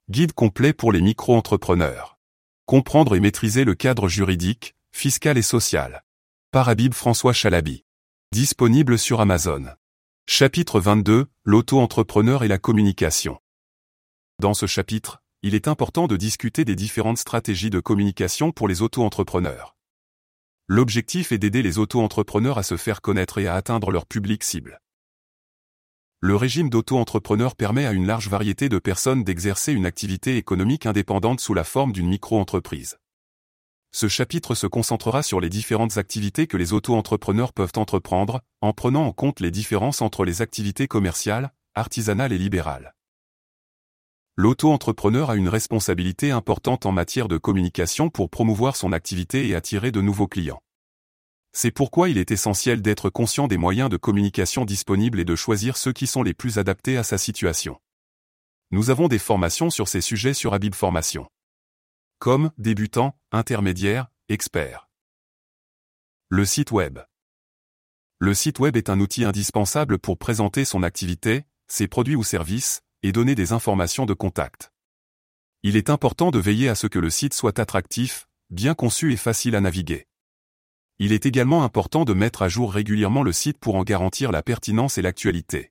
Guide complet pour les micro-entrepreneurs. Comprendre et maîtriser le cadre juridique, fiscal et social. Par Habib François Chalabi. Disponible sur Amazon. Chapitre 22, l'auto-entrepreneur et la communication. Dans ce chapitre, il est important de discuter des différentes stratégies de communication pour les auto-entrepreneurs. L'objectif est d'aider les auto-entrepreneurs à se faire connaître et à atteindre leur public cible. Le régime d'auto-entrepreneur permet à une large variété de personnes d'exercer une activité économique indépendante sous la forme d'une micro-entreprise. Ce chapitre se concentrera sur les différentes activités que les auto-entrepreneurs peuvent entreprendre, en prenant en compte les différences entre les activités commerciales, artisanales et libérales. L'auto-entrepreneur a une responsabilité importante en matière de communication pour promouvoir son activité et attirer de nouveaux clients. C'est pourquoi il est essentiel d'être conscient des moyens de communication disponibles et de choisir ceux qui sont les plus adaptés à sa situation. Nous avons des formations sur ces sujets sur Habib Formation. Comme débutant, intermédiaire, expert. Le site web. Le site web est un outil indispensable pour présenter son activité, ses produits ou services, et donner des informations de contact. Il est important de veiller à ce que le site soit attractif, bien conçu et facile à naviguer. Il est également important de mettre à jour régulièrement le site pour en garantir la pertinence et l'actualité.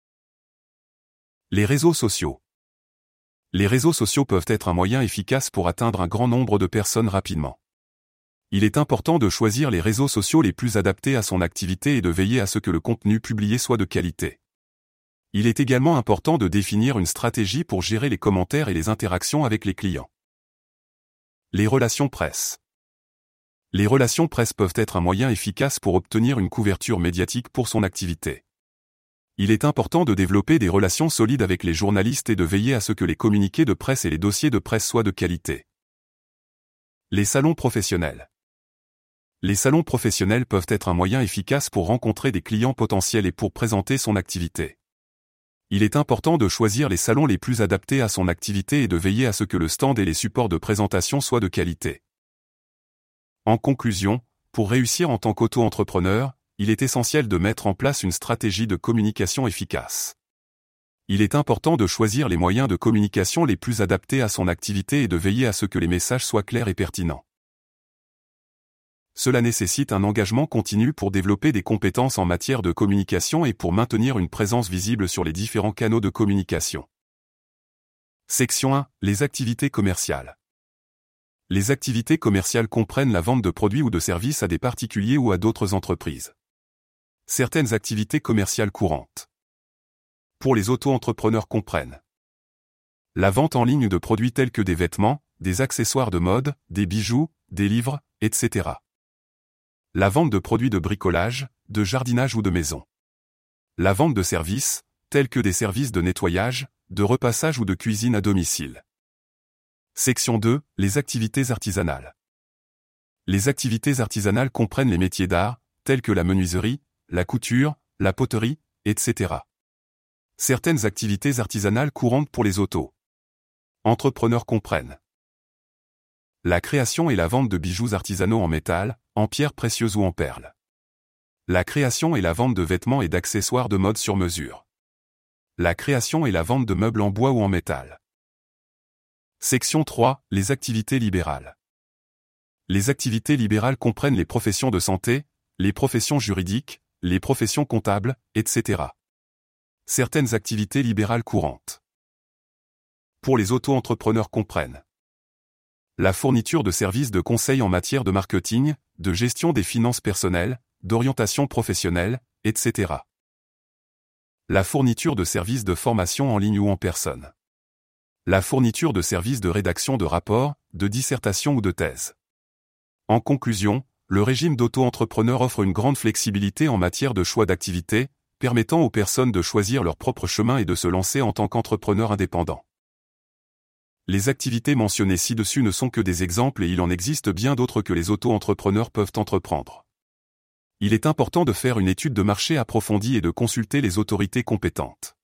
Les réseaux sociaux. Les réseaux sociaux peuvent être un moyen efficace pour atteindre un grand nombre de personnes rapidement. Il est important de choisir les réseaux sociaux les plus adaptés à son activité et de veiller à ce que le contenu publié soit de qualité. Il est également important de définir une stratégie pour gérer les commentaires et les interactions avec les clients. Les relations presse. Les relations presse peuvent être un moyen efficace pour obtenir une couverture médiatique pour son activité. Il est important de développer des relations solides avec les journalistes et de veiller à ce que les communiqués de presse et les dossiers de presse soient de qualité. Les salons professionnels. Les salons professionnels peuvent être un moyen efficace pour rencontrer des clients potentiels et pour présenter son activité. Il est important de choisir les salons les plus adaptés à son activité et de veiller à ce que le stand et les supports de présentation soient de qualité. En conclusion, pour réussir en tant qu'auto-entrepreneur, il est essentiel de mettre en place une stratégie de communication efficace. Il est important de choisir les moyens de communication les plus adaptés à son activité et de veiller à ce que les messages soient clairs et pertinents. Cela nécessite un engagement continu pour développer des compétences en matière de communication et pour maintenir une présence visible sur les différents canaux de communication. Section 1. Les activités commerciales. Les activités commerciales comprennent la vente de produits ou de services à des particuliers ou à d'autres entreprises. Certaines activités commerciales courantes pour les auto-entrepreneurs comprennent la vente en ligne de produits tels que des vêtements, des accessoires de mode, des bijoux, des livres, etc. La vente de produits de bricolage, de jardinage ou de maison. La vente de services, tels que des services de nettoyage, de repassage ou de cuisine à domicile. Section 2. Les activités artisanales. Les activités artisanales comprennent les métiers d'art, tels que la menuiserie, la couture, la poterie, etc. Certaines activités artisanales courantes pour les auto-entrepreneurs comprennent la création et la vente de bijoux artisanaux en métal, en pierres précieuses ou en perles. La création et la vente de vêtements et d'accessoires de mode sur mesure. La création et la vente de meubles en bois ou en métal. Section 3. Les activités libérales. Les activités libérales comprennent les professions de santé, les professions juridiques, les professions comptables, etc. Certaines activités libérales courantes pour les auto-entrepreneurs comprennent la fourniture de services de conseil en matière de marketing, de gestion des finances personnelles, d'orientation professionnelle, etc. La fourniture de services de formation en ligne ou en personne. La fourniture de services de rédaction de rapports, de dissertation ou de thèse. En conclusion, le régime d'auto-entrepreneur offre une grande flexibilité en matière de choix d'activité, permettant aux personnes de choisir leur propre chemin et de se lancer en tant qu'entrepreneur indépendant. Les activités mentionnées ci-dessus ne sont que des exemples et il en existe bien d'autres que les auto-entrepreneurs peuvent entreprendre. Il est important de faire une étude de marché approfondie et de consulter les autorités compétentes.